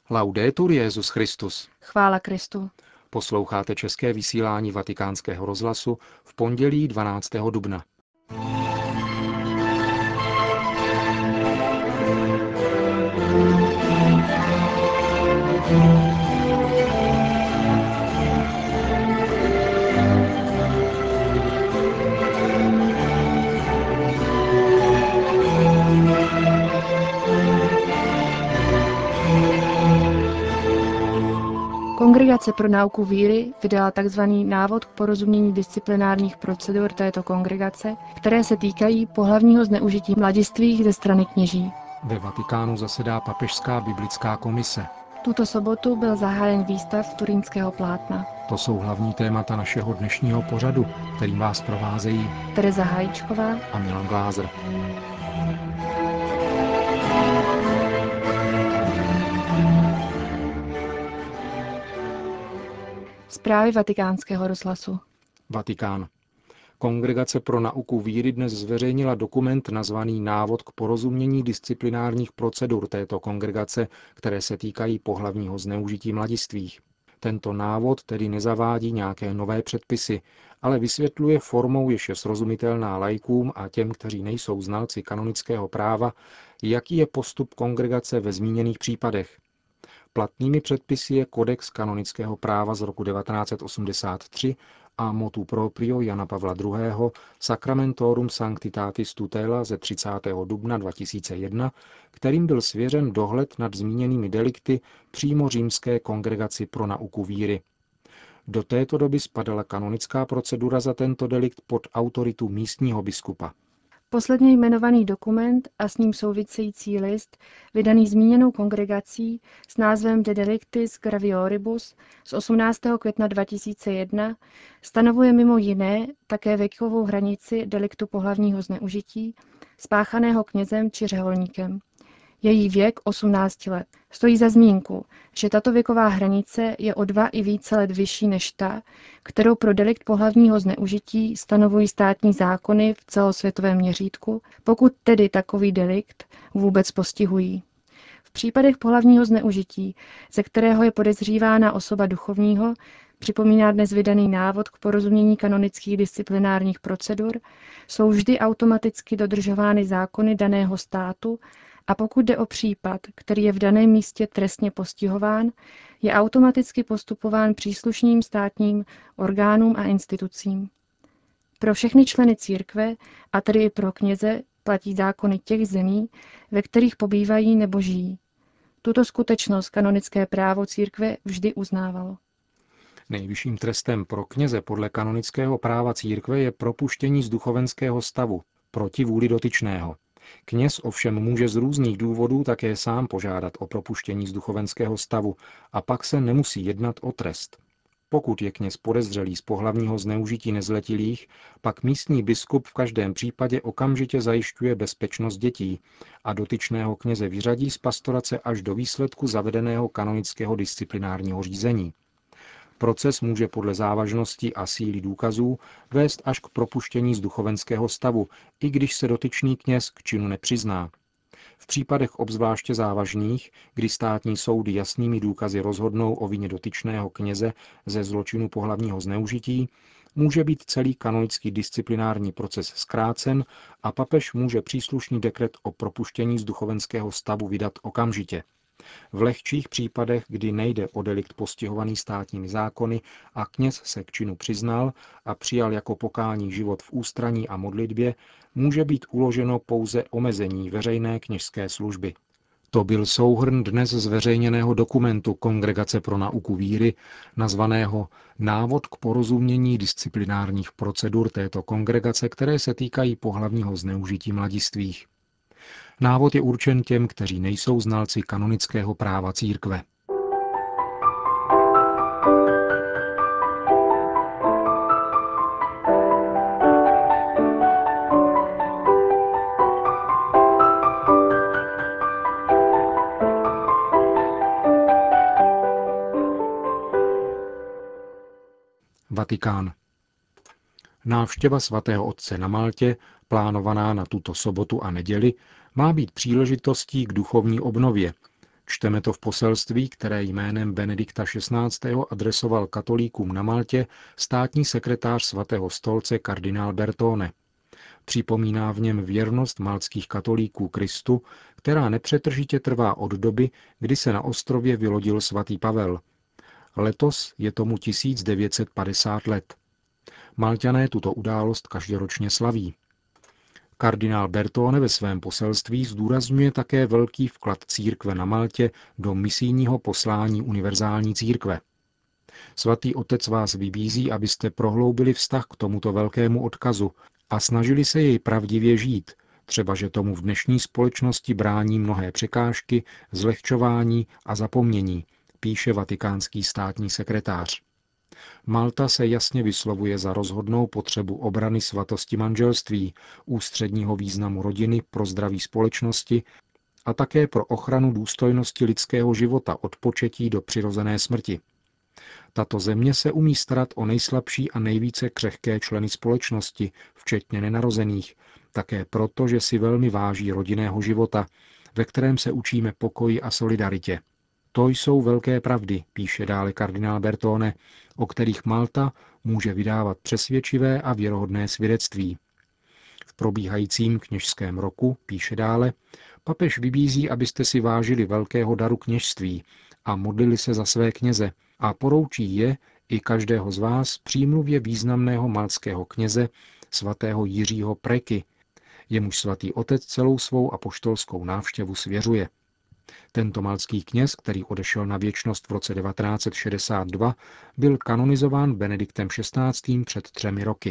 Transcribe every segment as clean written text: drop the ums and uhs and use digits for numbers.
Laudetur Jesus Christus. Chvála Kristu. Posloucháte české vysílání Vatikánského rozhlasu v pondělí 12. dubna. Kongregace pro nauku víry vydala tzv. Návod k porozumění disciplinárních procedur této kongregace, které se týkají pohlavního zneužití mladistvých ze strany kněží. Ve Vatikánu zasedá papežská biblická komise. Tuto sobotu byl zahájen výstav turínského plátna. To jsou hlavní témata našeho dnešního pořadu, kterým vás provázejí Tereza Hajíčková a Milan Glázer. Zprávy Vatikánského rozhlasu. Vatikán. Kongregace pro nauku víry dnes zveřejnila dokument nazvaný Návod k porozumění disciplinárních procedur této kongregace, které se týkají pohlavního zneužití mladistvých. Tento návod tedy nezavádí nějaké nové předpisy, ale vysvětluje formou, jež je srozumitelná laikům a těm, kteří nejsou znalci kanonického práva, jaký je postup kongregace ve zmíněných případech. Platnými předpisy je Kodex kanonického práva z roku 1983 a motu proprio Jana Pavla II. Sacramentorum Sanctitatis Tutela ze 30. dubna 2001, kterým byl svěřen dohled nad zmíněnými delikty přímo římské kongregaci pro nauku víry. Do této doby spadala kanonická procedura za tento delikt pod autoritu místního biskupa. Posledně jmenovaný dokument a s ním související list, vydaný zmíněnou kongregací s názvem De Delictis Gravioribus z 18. května 2001, stanovuje mimo jiné také věkovou hranici deliktu pohlavního zneužití, spáchaného knězem či řeholníkem. Její věk 18 let. Stojí za zmínku, že tato věková hranice je o 2 i více let vyšší než ta, kterou pro delikt pohlavního zneužití stanovují státní zákony v celosvětovém měřítku, pokud tedy takový delikt vůbec postihují. V případech pohlavního zneužití, ze kterého je podezřívána osoba duchovního, připomíná dnes vydaný návod k porozumění kanonických disciplinárních procedur, jsou vždy automaticky dodržovány zákony daného státu a pokud jde o případ, který je v daném místě trestně postihován, je automaticky postupován příslušným státním orgánům a institucím. Pro všechny členy církve, a tedy i pro kněze, platí zákony těch zemí, ve kterých pobývají nebo žijí. Tuto skutečnost kanonické právo církve vždy uznávalo. Nejvyšším trestem pro kněze podle kanonického práva církve je propuštění z duchovenského stavu proti vůli dotyčného. Kněz ovšem může z různých důvodů také sám požádat o propuštění z duchovenského stavu a pak se nemusí jednat o trest. Pokud je kněz podezřelý z pohlavního zneužití nezletilých, pak místní biskup v každém případě okamžitě zajišťuje bezpečnost dětí a dotyčného kněze vyřadí z pastorace až do výsledku zavedeného kanonického disciplinárního řízení. Proces může podle závažnosti a síly důkazů vést až k propuštění z duchovenského stavu, i když se dotyčný kněz k činu nepřizná. V případech obzvláště závažných, kdy státní soudy jasnými důkazy rozhodnou o vině dotyčného kněze ze zločinu pohlavního zneužití, může být celý kanonický disciplinární proces zkrácen a papež může příslušný dekret o propuštění z duchovenského stavu vydat okamžitě. V lehčích případech, kdy nejde o delikt postihovaný státními zákony a kněz se k činu přiznal a přijal jako pokání život v ústraní a modlitbě, může být uloženo pouze omezení veřejné kněžské služby. To byl souhrn dnes zveřejněného dokumentu Kongregace pro nauku víry, nazvaného Návod k porozumění disciplinárních procedur této kongregace, které se týkají pohlavního zneužití mladistvých. Návod je určen těm, kteří nejsou znalci kanonického práva církve. Vatikán. Návštěva svatého otce na Maltě, plánovaná na tuto sobotu a neděli, má být příležitostí k duchovní obnově, Čteme to v poselství, které jménem Benedikta XVI. Adresoval katolíkům na Maltě státní sekretář svatého stolce kardinál Bertone. Připomíná v něm věrnost maltských katolíků Kristu, která nepřetržitě trvá od doby, kdy se na ostrově vylodil svatý Pavel. Letos je tomu 1950 let. Malťané tuto událost každoročně slaví. Kardinál Bertone ve svém poselství zdůrazňuje také velký vklad církve na Maltě do misijního poslání univerzální církve. Svatý otec vás vybízí, abyste prohloubili vztah k tomuto velkému odkazu a snažili se jej pravdivě žít, třeba že tomu v dnešní společnosti brání mnohé překážky, zlehčování a zapomnění, píše vatikánský státní sekretář. Malta se jasně vyslovuje za rozhodnou potřebu obrany svatosti manželství, ústředního významu rodiny pro zdraví společnosti a také pro ochranu důstojnosti lidského života od početí do přirozené smrti. Tato země se umí starat o nejslabší a nejvíce křehké členy společnosti, včetně nenarozených, také proto, že si velmi váží rodinného života, ve kterém se učíme pokoji a solidaritě. To jsou velké pravdy, píše dále kardinál Bertone, o kterých Malta může vydávat přesvědčivé a věrohodné svědectví. V probíhajícím kněžském roku, píše dále, papež vybízí, abyste si vážili velkého daru kněžství a modlili se za své kněze a poroučí je i každého z vás přímluvě významného maltského kněze svatého Jiřího Preky, jemuž svatý otec celou svou apoštolskou návštěvu svěřuje. Tento maltský kněz, který odešel na věčnost v roce 1962, byl kanonizován Benediktem XVI. Před 3 roky.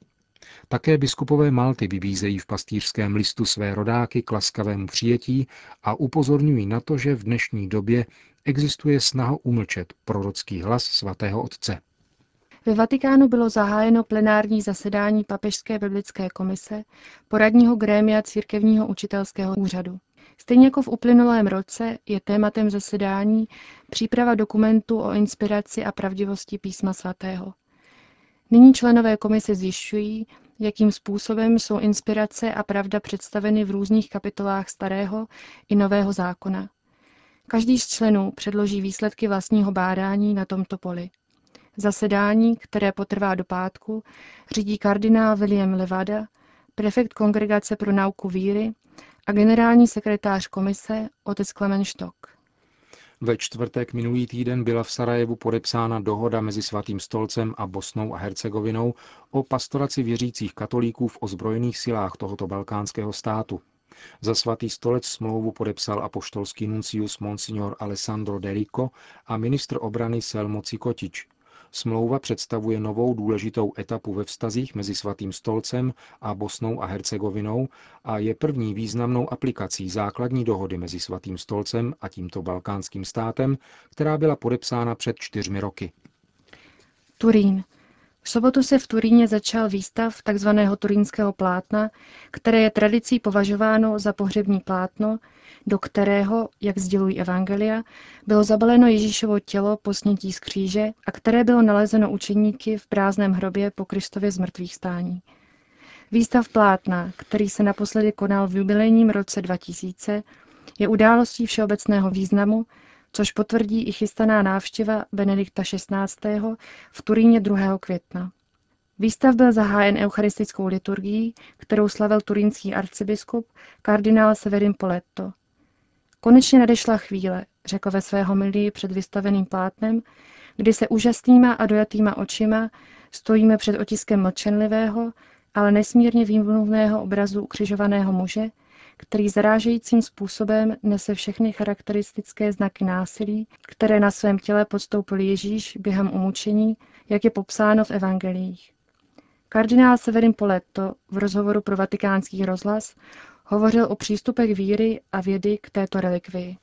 Také biskupové Malty vybízejí v pastýřském listu své rodáky k laskavému přijetí a upozorňují na to, že v dnešní době existuje snaha umlčet prorocký hlas svatého otce. Ve Vatikánu bylo zahájeno plenární zasedání Papežské biblické komise, poradního grémia Církevního učitelského úřadu. Stejně jako v uplynulém roce je tématem zasedání příprava dokumentu o inspiraci a pravdivosti písma svatého. Nyní členové komise zjišťují, jakým způsobem jsou inspirace a pravda představeny v různých kapitolách Starého i Nového zákona. Každý z členů předloží výsledky vlastního bádání na tomto poli. Zasedání, které potrvá do pátku, řídí kardinál William Levada, prefekt Kongregace pro nauku víry a generální sekretář komise otec Klement Stock. Ve čtvrtek minulý týden byla v Sarajevu podepsána dohoda mezi Svatým stolcem a Bosnou a Hercegovinou o pastoraci věřících katolíků v ozbrojených silách tohoto balkánského státu. Za Svatý stolec smlouvu podepsal apoštolský nuncius Monsignor Alessandro De Rico a ministr obrany Selmo Cikotič. Smlouva představuje novou důležitou etapu ve vztazích mezi Svatým stolcem a Bosnou a Hercegovinou a je první významnou aplikací základní dohody mezi Svatým stolcem a tímto balkánským státem, která byla podepsána před 4 roky. Turín. V sobotu se v Turíně začal výstav tzv. Turínského plátna, které je tradicí považováno za pohřební plátno, do kterého, jak sdělují evangelia, bylo zabaleno Ježíšovo tělo po snětí z kříže a které bylo nalezeno učeníky v prázdném hrobě po Kristově zmrtvýchvstání. Výstav plátna, který se naposledy konal v jubilejním roce 2000, je událostí všeobecného významu, což potvrdí i chystaná návštěva Benedikta XVI. V Turíně 2. května. Výstav byl zahájen eucharistickou liturgií, kterou slavil turínský arcibiskup kardinál Severin Poletto. Konečně nadešla chvíle, řekl ve své homilii před vystaveným plátnem, kdy se úžasnýma a dojatýma očima stojíme před otiskem mlčenlivého, ale nesmírně výmluvného obrazu ukřižovaného muže, který zarážejícím způsobem nese všechny charakteristické znaky násilí, které na svém těle podstoupil Ježíš během umučení, jak je popsáno v evangeliích. Kardinál Severin Poletto v rozhovoru pro Vatikánský rozhlas hovořil o přístupech víry a vědy k této relikvii.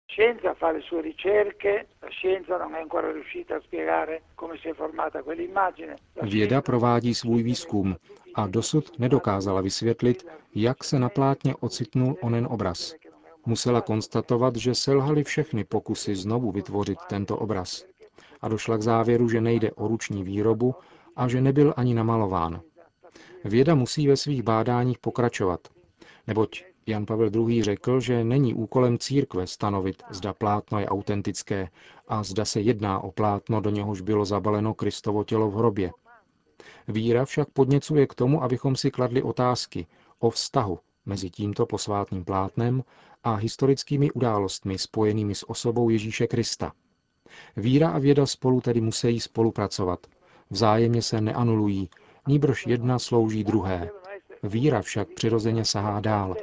Věda provádí svůj výzkum a dosud nedokázala vysvětlit, jak se na plátně ocitnul onen obraz. Musela konstatovat, že selhaly všechny pokusy znovu vytvořit tento obraz. A došla k závěru, že nejde o ruční výrobu a že nebyl ani namalován. Věda musí ve svých bádáních pokračovat, neboť Jan Pavel II. Řekl, že není úkolem církve stanovit, zda plátno je autentické a zda se jedná o plátno, do něhož bylo zabaleno Kristovo tělo v hrobě. Víra však podněcuje k tomu, abychom si kladli otázky o vztahu mezi tímto posvátným plátnem a historickými událostmi spojenými s osobou Ježíše Krista. Víra a věda spolu tedy musí spolupracovat. Vzájemně se neanulují, nýbrž jedna slouží druhé. Víra však přirozeně sahá dál.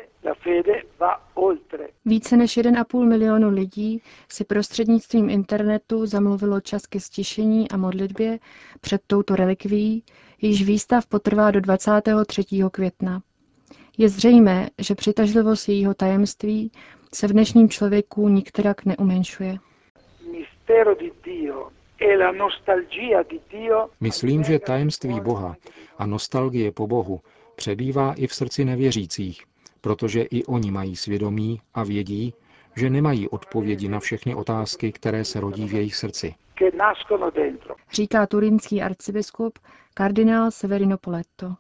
Více než 1,5 milionu lidí si prostřednictvím internetu zamluvilo čas ke stišení a modlitbě před touto relikvií, jejíž výstav potrvá do 23. května. Je zřejmé, že přitažlivost jejího tajemství se v dnešním člověku nikterak neumenšuje. Myslím, že tajemství Boha a nostalgie po Bohu přebývá i v srdci nevěřících, protože i oni mají svědomí a vědí, že nemají odpovědi na všechny otázky, které se rodí v jejich srdci. Říká turínský arcibiskup kardinál Severino Poletto.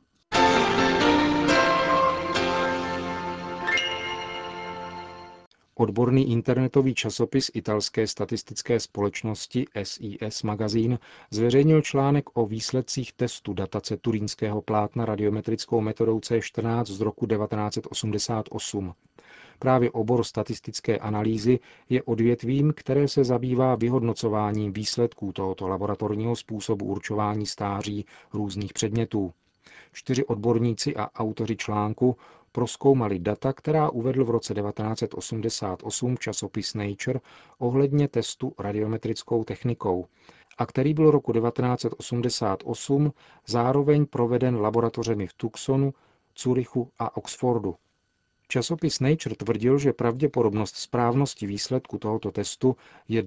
Odborný internetový časopis italské statistické společnosti SIS Magazín zveřejnil článek o výsledcích testu datace turínského plátna radiometrickou metodou C14 z roku 1988. Právě obor statistické analýzy je odvětvím, které se zabývá vyhodnocováním výsledků tohoto laboratorního způsobu určování stáří různých předmětů. 4 odborníci a autoři článku prozkoumali data, která uvedl v roce 1988 časopis Nature ohledně testu radiometrickou technikou a který byl roku 1988 zároveň proveden laboratořemi v Tucsonu, Curychu a Oxfordu. Časopis Nature tvrdil, že pravděpodobnost správnosti výsledku tohoto testu je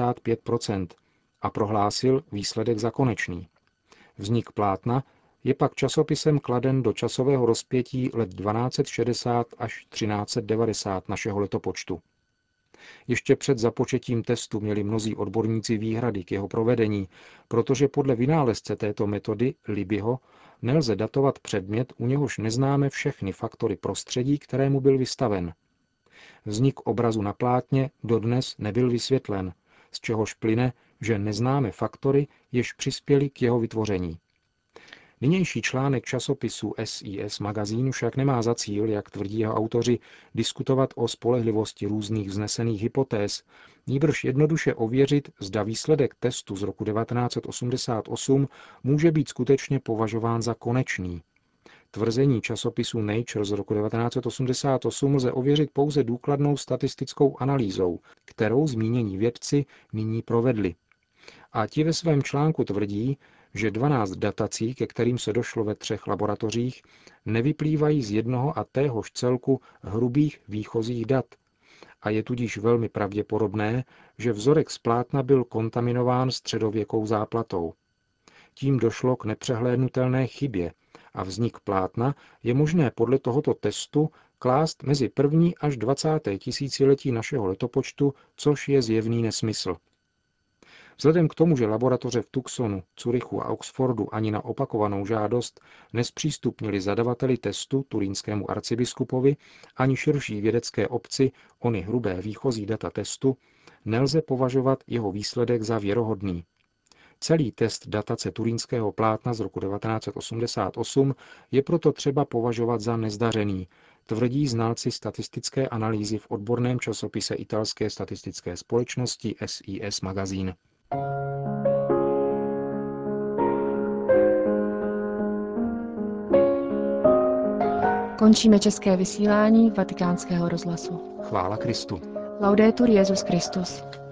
95% a prohlásil výsledek za konečný. Vznik plátna je pak časopisem kladen do časového rozpětí let 1260 až 1390 našeho letopočtu. Ještě před započetím testu měli mnozí odborníci výhrady k jeho provedení, protože podle vynálezce této metody Libyho nelze datovat předmět, u něhož neznáme všechny faktory prostředí, kterému byl vystaven. Vznik obrazu na plátně dodnes nebyl vysvětlen, z čehož plyne, že neznáme faktory, jež přispěly k jeho vytvoření. Nynější článek časopisu SIS Magazín však nemá za cíl, jak tvrdí jeho autoři, diskutovat o spolehlivosti různých vznesených hypotéz, nýbrž jednoduše ověřit, zda výsledek testu z roku 1988 může být skutečně považován za konečný. Tvrzení časopisu Nature z roku 1988 lze ověřit pouze důkladnou statistickou analýzou, kterou zmínění vědci nyní provedli. A ti ve svém článku tvrdí, že 12 datací, ke kterým se došlo ve 3 laboratořích, nevyplývají z jednoho a téhož celku hrubých výchozích dat. A je tudíž velmi pravděpodobné, že vzorek z plátna byl kontaminován středověkou záplatou. Tím došlo k nepřehlédnutelné chybě a vznik plátna je možné podle tohoto testu klást mezi 1. až 20. tisíciletí našeho letopočtu, což je zjevný nesmysl. Vzhledem k tomu, že laboratoře v Tucsonu, Curychu a Oxfordu ani na opakovanou žádost nezpřístupnili zadavateli testu turínskému arcibiskupovi ani širší vědecké obci ony hrubé výchozí data testu, nelze považovat jeho výsledek za věrohodný. Celý test datace turínského plátna z roku 1988 je proto třeba považovat za nezdařený, tvrdí znalci statistické analýzy v odborném časopise italské statistické společnosti SIS Magazín. Končíme české vysílání Vatikánského rozhlasu. Chvála Kristu. Laudetur Jesus Christus.